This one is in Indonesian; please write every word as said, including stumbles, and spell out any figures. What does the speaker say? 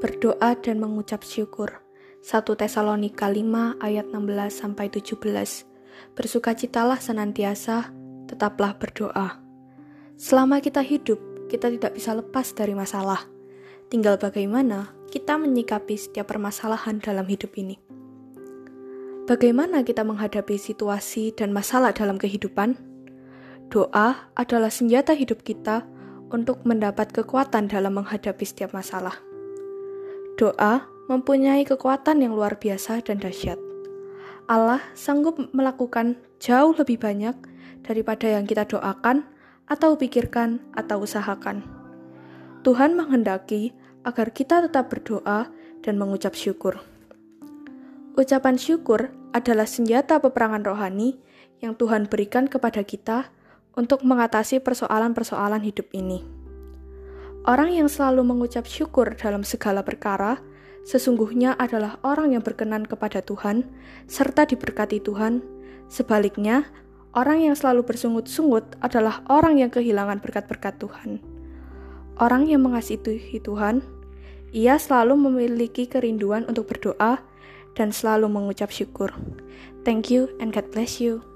Berdoa dan mengucap syukur. satu Tesalonika lima ayat enam belas sampai tujuh belas. Bersukacitalah senantiasa, tetaplah berdoa. Selama kita hidup, kita tidak bisa lepas dari masalah. Tinggal bagaimana kita menyikapi setiap permasalahan dalam hidup ini. Bagaimana kita menghadapi situasi dan masalah dalam kehidupan? Doa adalah senjata hidup kita untuk mendapat kekuatan dalam menghadapi setiap masalah. Doa mempunyai kekuatan yang luar biasa dan dahsyat. Allah sanggup melakukan jauh lebih banyak daripada yang kita doakan atau pikirkan atau usahakan. Tuhan menghendaki agar kita tetap berdoa dan mengucap syukur. Ucapan syukur adalah senjata peperangan rohani yang Tuhan berikan kepada kita untuk mengatasi persoalan-persoalan hidup ini. Orang yang selalu mengucap syukur dalam segala perkara, sesungguhnya adalah orang yang berkenan kepada Tuhan, serta diberkati Tuhan. Sebaliknya, orang yang selalu bersungut-sungut adalah orang yang kehilangan berkat-berkat Tuhan. Orang yang mengasihi Tuhan, ia selalu memiliki kerinduan untuk berdoa dan selalu mengucap syukur. Thank you and God bless you.